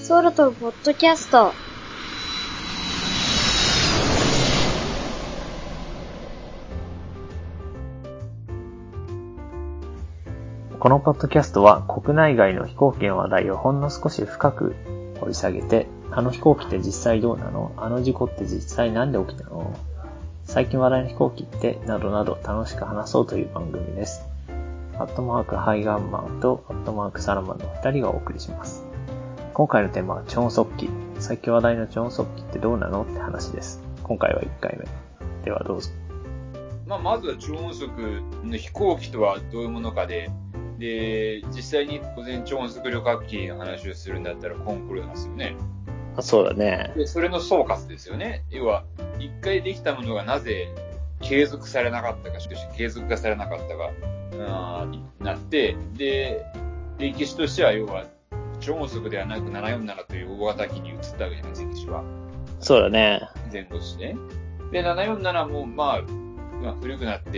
ソルトポッドキャスト。 このポッドキャストは国内外の飛行機の話題をほんの少し深く掘り下げて、あの飛行機って実際どうなの？あの事故って実際なんで起きたの？最近話題の飛行機ってなどなど楽しく話そうという番組です。ハイガンマンとサラマンの2人がお送りします。今回のテーマは超音速機。最近話題の超音速機ってどうなのって話です。今回は1回目。ではどうぞ。 まずは超音速の飛行機とはどういうものかで、実際に当然超音速旅客機の話をするんだったらコンコルドですよね。 そうだね。 で、それの総括ですよね。要は、一回できたものがなぜ継続されなかったか、しかし継続がされなかったか、なって、で、歴史としては要は、超音速ではなく747という大型機に移ったわけじゃないですか、歴史は。 そうだね。 前後してね。で、747も古くなって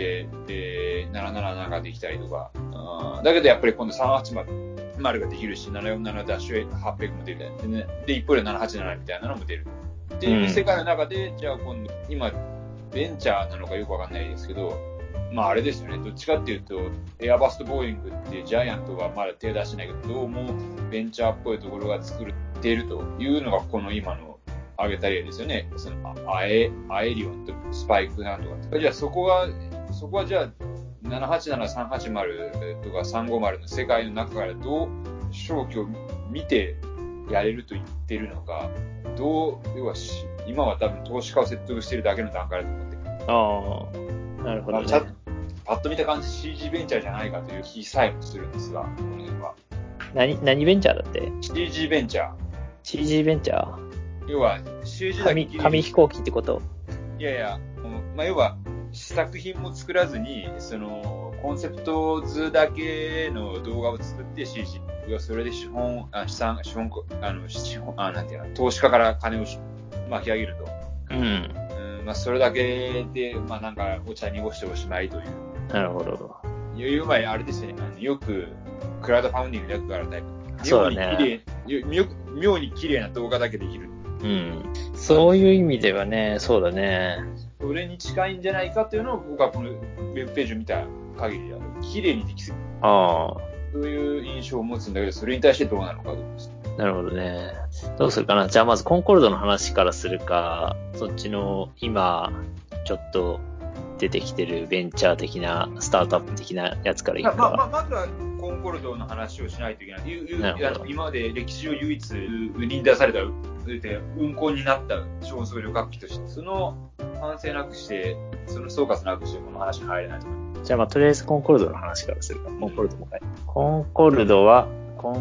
、777ができたりとか、だけどやっぱり今度380ができるし、747-800も出る。で、一方で787みたいなのも出る。っていう世界の中で、じゃあ今度、今、ベンチャーなのかよくわかんないですけど、あれですよね。どっちかっていうと、エアバスとボーイングってジャイアントがまだ手出してないけど、どうもベンチャーっぽいところが作っているというのがこの今の挙げた例ですよね。そのアエリオンとスパイクなんとか。じゃあそこはじゃあ787、380とか350の世界の中からどう消去を見てやれると言ってるのか、要は今は多分投資家を説得しているだけの段階だと思ってる。 ああ、なるほどね。 パッと見た感じ CG ベンチャーじゃないかという気さえもするんですが、この辺は。 何ベンチャーだって？ CG ベンチャー。 CG ベンチャー？ 要は CG だけ紙飛行機ってこと？ いや、要は試作品も作らずに、そのコンセプト図だけの動画を作って CG。要はそれで投資家から金を巻き上げると。それだけで、なんかお茶濁しておしまいという。 なるほど。 いう前あれですね、よくクラウドファウンディングでやるからタイプ。 そうだね。 妙に綺麗な動画だけできる。 そういう意味ではね、そうだね。 それに近いんじゃないかというのを僕はこのウェブページを見た限りで綺麗にできすぎる。そういう印象を持つんだけど、それに対してどうなのかどうですか。 なるほどね。どうするかな。じゃあまずコンコルドの話からするか、そっちの今ちょっと出てきてるベンチャー的なスタートアップ的なやつからいくか。 まずはコンコルドの話をしないといけない。今まで歴史上唯一売りに出された運航になった超音速旅客機として、その反省なくして、その総括なくしてこの話に入れないと思います。 じゃあとりあえずコンコルドの話からするか。コンコルドもかい。コンコルドは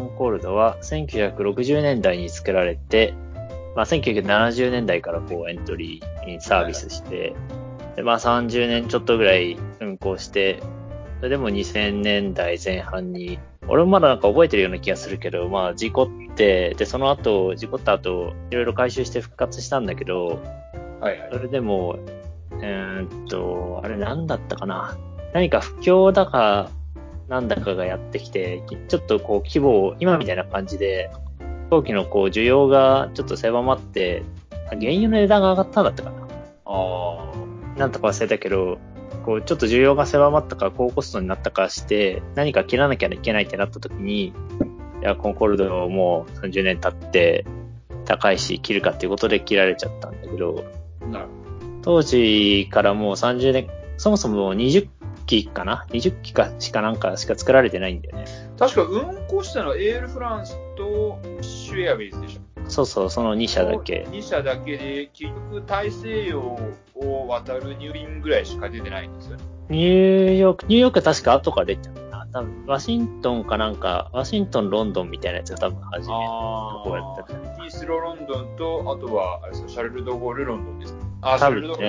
1960年代に作られて、1970年代からエントリーにサービスして、で30年ちょっとぐらい運行して、それでも2000年代前半に、俺もまだなんか覚えてるような気がするけど、事故って、で、事故った後、いろいろ回収して復活したんだけど、それでも、あれなんだったかな。何か不況だか、なんだかがやってきて、ちょっと規模を、今みたいな感じで、飛行機の需要がちょっと狭まって、原油の値段が上がったんだったかな。なんとか忘れたけど、ちょっと需要が狭まったか、高コストになったかして、何か切らなきゃいけないってなった時に、いや、コンコルドもう30年経って、高いし、切るかっていうことで切られちゃったんだけど、当時からもう30年、そもそも20機かな ?20 機しか作られてないんだよね。 確か運行したのはエールフランスとシュエアウェイズでしょ。 そう、その2社だけ。 2社だけで、結局大西洋を渡る入便ぐらいしか出てないんですよね。 ニューヨーク確か後から出ちゃったな。多分、ワシントン、ロンドンみたいなやつが多分初めとこうやったから。 ヒースローロンドンと、あとは、シャルルドゴールロンドンです。シャルルドゴ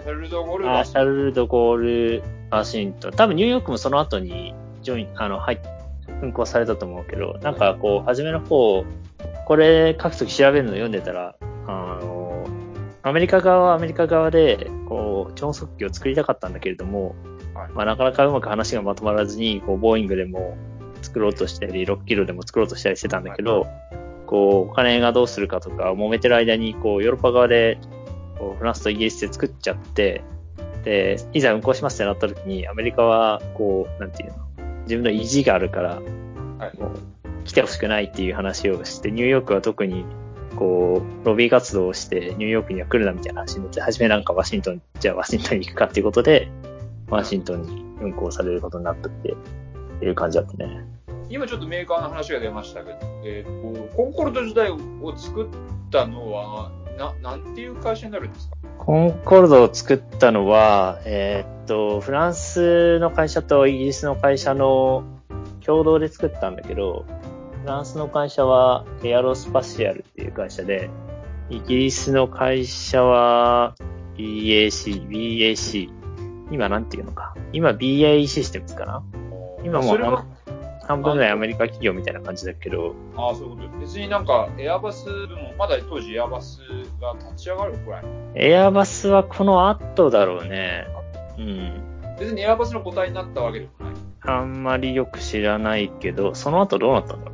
ールワシントン。多分ニューヨークもその後に運行されたと思うけど、なんか初めの方、これ書くとき調べるの読んでたら、アメリカ側はアメリカ側で、超音速機を作りたかったんだけれども、なかなかうまく話がまとまらずに、ボーイングでも作ろうとしたり、ロッキードでも作ろうとしたりしてたんだけど、 こう、お金がどうするかとか揉めてる間に、こう、ヨーロッパ側で、こうフランスとイギリスで作っちゃって、で、いざ運行しますってなった時に、アメリカは、こう、なんていうの、自分の意地があるから、 はい。 もう来てほしくないっていう話をして、ニューヨークは特に、こう、ロビー活動をして、ニューヨークには来るなみたいな話になって、初めなんかワシントン、じゃあワシントンに行くかっていうことで、ワシントンに運行されることになったっていう感じだったね。 今ちょっとメーカーの話が出ましたけど、コンコルド自体を作ったのは、なんていう会社になるんですか？ コンコルドを作ったのは、フランスの会社とイギリスの会社の共同で作ったんだけど、フランスの会社はエアロスパシアルっていう会社で、イギリスの会社は BAC。今なんていうのか。今 BAE システムズかな？今もう半分ぐらいアメリカ企業みたいな感じだけど。 ああ、そういうこと。別になんかエアバスも、まだ当時エアバスが立ち上がるくらい。 エアバスはこの後だろうね。うん。 別にエアバスの答えになったわけでもない。 あんまりよく知らないけど、その後どうなったんだろ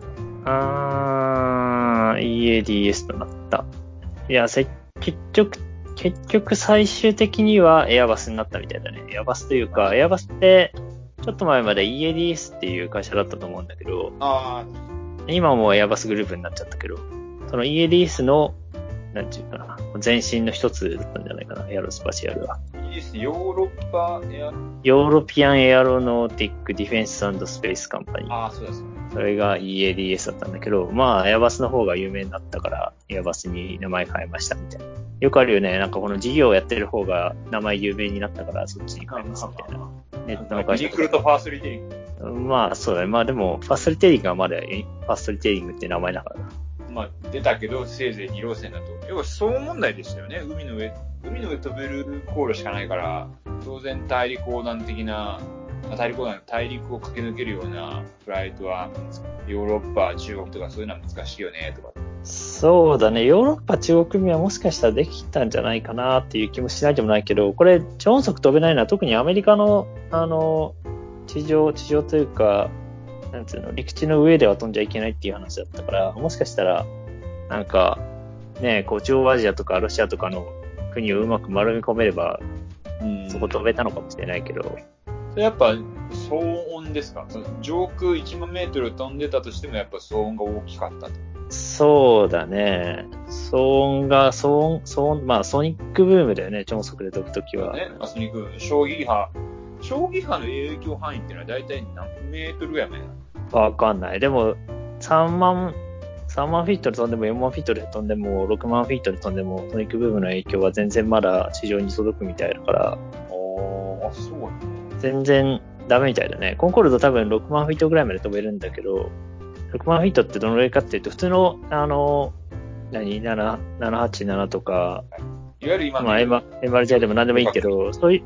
う。EADS となった。いや、結局最終的にはエアバスになったみたいだね。エアバスというか、エアバスって、ちょっと前まで EADS っていう会社だったと思うんだけど、今はもうエアバスグループになっちゃったけど、その EADS の、なんていうかな、前身の一つだったんじゃないかな、エアロスパシアルは。 ヨーロッパヨーロピアンエアロノーティックディフェンス&スペースカンパニー。 ああ、そうです。 それが EADS だったんだけど、まあ、エアバスの方が有名になったから、エアバスに名前変えましたみたいな。よくあるよね。なんかこの事業をやってる方が名前有名になったから、そっちに変えますみたいな。ネットの会社。 リクルートファーストリテイリング。 まあ、そうだね。まあでも、ファーストリテイリングはまだ、ファーストリテイリングって名前だからな。 まあ、出たけど、せいぜい2路線だと。要は、騒音問題でしたよね。海の上飛べる航路しかないから、当然大陸横断的な、大陸を駆け抜けるようなフライトは、ヨーロッパ、中国とかそういうのは難しいよね、とか。 そうだね。ヨーロッパ、中国便はもしかしたらできたんじゃないかなっていう気もしないでもないけど、これ、超音速飛べないのは特にアメリカの、地上というか、なんつうの、陸地の上では飛んじゃいけないっていう話だったから、もしかしたら、なんか、ね、こう、中央アジアとかロシアとかの国をうまく丸め込めれば、そこ飛べたのかもしれないけど。 それやっぱ、騒音ですか？上空1万メートル飛んでたとしてもやっぱ騒音が大きかったと。 そうだね。騒音、まあ、ソニックブームだよね、超音速で飛ぶときは。 ね、ソニックブーム、衝撃波の影響範囲っていうのは大体何メートルぐらいまでなの？ わかんない。でも、3万フィートで飛んでも4万フィートで飛んでも6万フィートで飛んでもソニックブームの影響は全然まだ地上に届くみたいだから。 そうなんだ。 全然ダメみたいだね。コンコルド多分6万フィートぐらいまで飛べるんだけど、6万フィートってどのぐらいかっていうと、普通の、787とか、 いわゆる今の、 まあ、MRJ でも何でもいいけど、そう、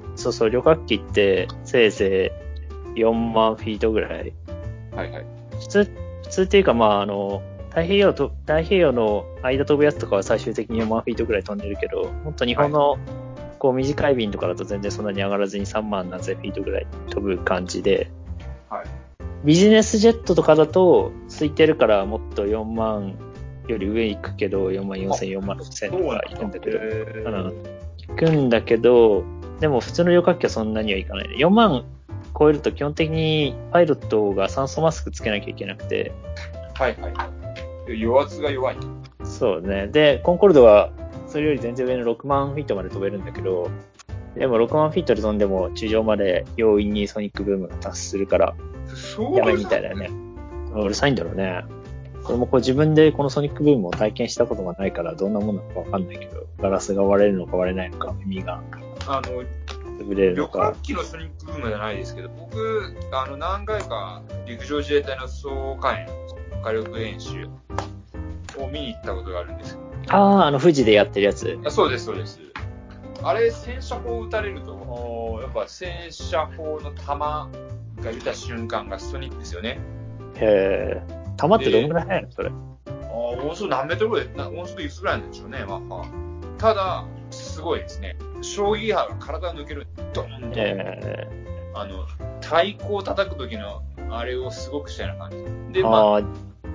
旅客機って、せいぜい4万フィートぐらい。 はいはい。 普通っていうか、まあ、太平洋の間飛ぶやつとかは最終的に4万フィートぐらい飛んでるけど、もっと日本の、こう短い便とかだと全然そんなに上がらずに3万何千フィートぐらい飛ぶ感じで、 はい。 ビジネスジェットとかだと空いてるからもっと4万より上行くけど、4万4千、4万6千とか行くんだけど、行くんだけど、でも普通の旅客機はそんなにはいかないね。4万超えると基本的にパイロットが酸素マスクつけなきゃいけなくて。 はいはい。余圧が弱い。 そうね。で、コンコルドはそれより全然上の6万フィートまで飛べるんだけど、でも6万フィートで飛んでも地上まで容易にソニックブームが達するから、やばいみたいだよね。うるさいんだろうね。これもこう自分でこのソニックブームを体験したことがないからどんなものなのかわかんないけど、ガラスが割れるのか割れないのか、耳が潰れるのか。 旅客機のソニックブームじゃないですけど、僕、何回か陸上自衛隊の総火力演習を見に行ったことがあるんです。 富士でやってるやつ。 そうです、そうです。あれ、戦車砲撃たれると、やっぱ戦車砲の弾が出た瞬間がソニックですよね。 へー。弾ってどんぐらい速いのそれ？ 音速何メートルぐらい、音速いくつぐらいなんでしょうね、まあ。ただ、すごいですね。衝撃波が体を抜ける。ドーンと。太鼓を叩く時の、あれをすごくしたような感じ。で、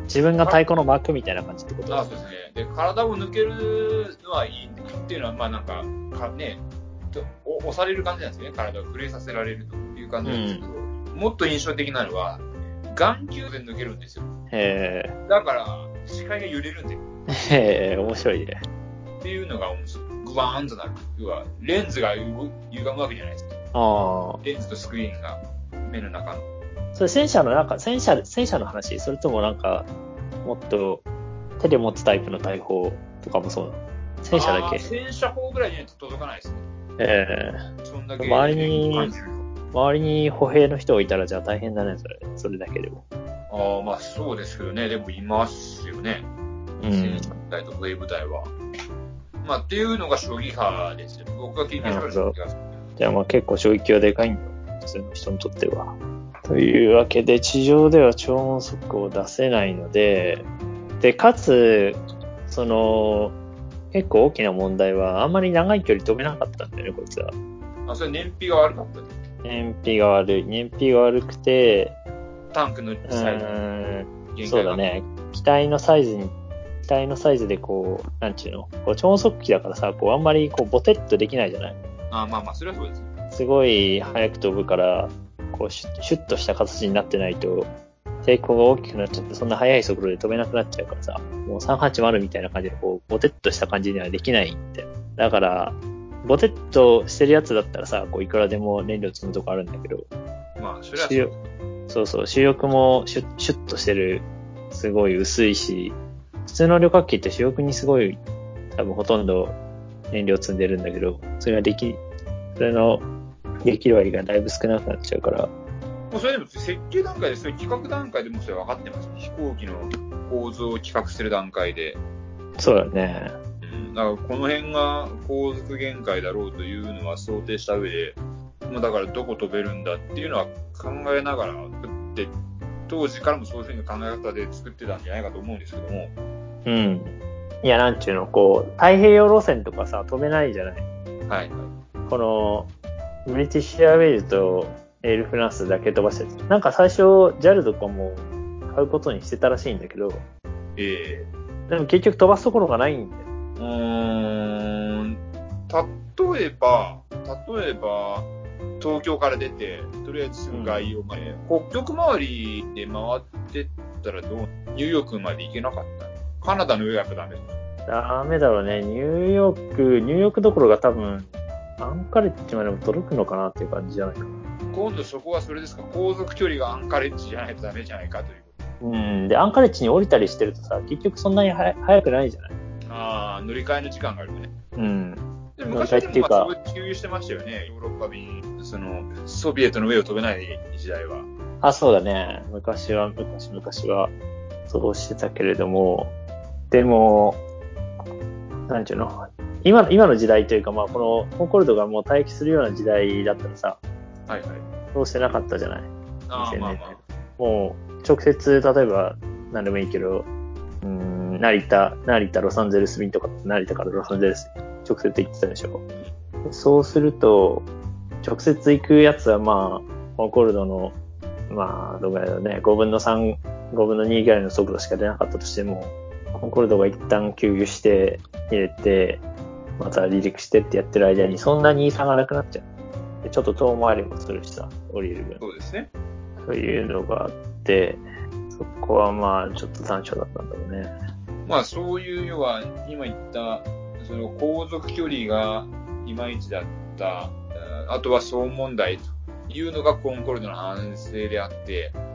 自分が太鼓の膜みたいな感じってこと？ そうですね。で、体を抜けるのはいいっていうのは、まあなんか、押される感じなんですね。体を震えさせられるという感じなんですけど、もっと印象的なのは、眼球で抜けるんですよ。 へだから、視界が揺れるんで。 へえ、面白いね。 っていうのが面白い。グワーンとなる。要は、レンズが歪むわけじゃないですか。レンズとスクリーンが目の中の。 それ戦車の話？それともなんか、もっと手で持つタイプの大砲とかもそうなの？戦車だけ？ 戦車砲ぐらいじゃないと届かないですね。そんだけ周りに歩兵の人がいたらじゃあ大変だね、それだけでも。 まあそうですけどね。でもいますよね。戦車部隊と歩兵部隊は。まあっていうのが将棋派ですよ。僕が経験した将棋派。 じゃあまあ結構衝撃はでかいんだ。普通の人にとっては。というわけで、地上では超音速を出せないので、かつ、結構大きな問題は、あんまり長い距離飛べなかったんだよね、こいつは。 それ燃費が悪かったね。 燃費が悪くて、 タンクのサイズ。 そうだね。機体のサイズでこう、なんちゅうの、こう超音速機だからさ、こうあんまりこうボテッとできないじゃない？ まあ、それはそうです。 すごい早く飛ぶから、こうシュッとした形になってないと、抵抗が大きくなっちゃって、そんな速い速度で飛べなくなっちゃうからさ、もう380みたいな感じで、こう、ボテッとした感じにはできないんで。だから、ボテッとしてるやつだったらさ、こう、いくらでも燃料積むとこあるんだけど、 まあ、それはそう、主翼もシュッとしてる、すごい薄いし、普通の旅客機って主翼にすごい、多分ほとんど燃料積んでるんだけど、それの撃割がだいぶ少なくなっちゃうから。 もうそれでも設計段階で、そういう企画段階でもそれ分かってます。飛行機の構造を企画する段階で。 そうだね。 だからこの辺が航続限界だろうというのは想定した上で、だからどこ飛べるんだっていうのは考えながら作って、当時からもそういう風な考え方で作ってたんじゃないかと思うんですけども。 いや、なんちゅうの、こう、太平洋路線とかさ、飛べないじゃない。 はい。 この、ブリティッシュエアウェイズとエールフランスだけ飛ばしてる。なんか最初、JAL とかも買うことにしてたらしいんだけど、でも結局飛ばすところがないんだよ。 例えば、東京から出て、とりあえずすぐ外洋まで、北極周りで回ってったらニューヨークまで行けなかった。カナダの上はやっぱダメだろうね。ニューヨークどころが多分、アンカレッジまでも届くのかなっていう感じじゃないかな。 今度そこはそれですか？航続距離がアンカレッジじゃないとダメじゃないかという。 で、アンカレッジに降りたりしてるとさ、結局そんなに速くないじゃない？ 乗り換えの時間があるよね。で昔でもすごい給油してましたよね。ヨーロッパ便、ソビエトの上を飛べない時代は。 そうだね。昔はそうしてたけれども、でも、なんちゅうの、今の時代というか、まあ、このコンコルドがもう待機するような時代だったらさ、そうしてなかったじゃない。2000年。もう、直接、例えば、何でもいいけど、成田、ロサンゼルス便とか、成田からロサンゼルス直接行ってたでしょ。そうすると、直接行くやつはまあ、コンコルドの、まあ、どうぐらいだろうね、5分の3、5分の2ぐらいの速度しか出なかったとしても、コンコルドが一旦給油して、入れて、また離陸してってやってる間に、そんなに差がなくなっちゃう。でちょっと遠回りもするしさ、降りる分。 そうですね。 というのがあって、そこはまあ、ちょっと短所だったんだろうね。 まあ、そういう、要は、今言った、その航続距離がいまいちだった、あとは騒音問題というのがコンコルドの反省であって、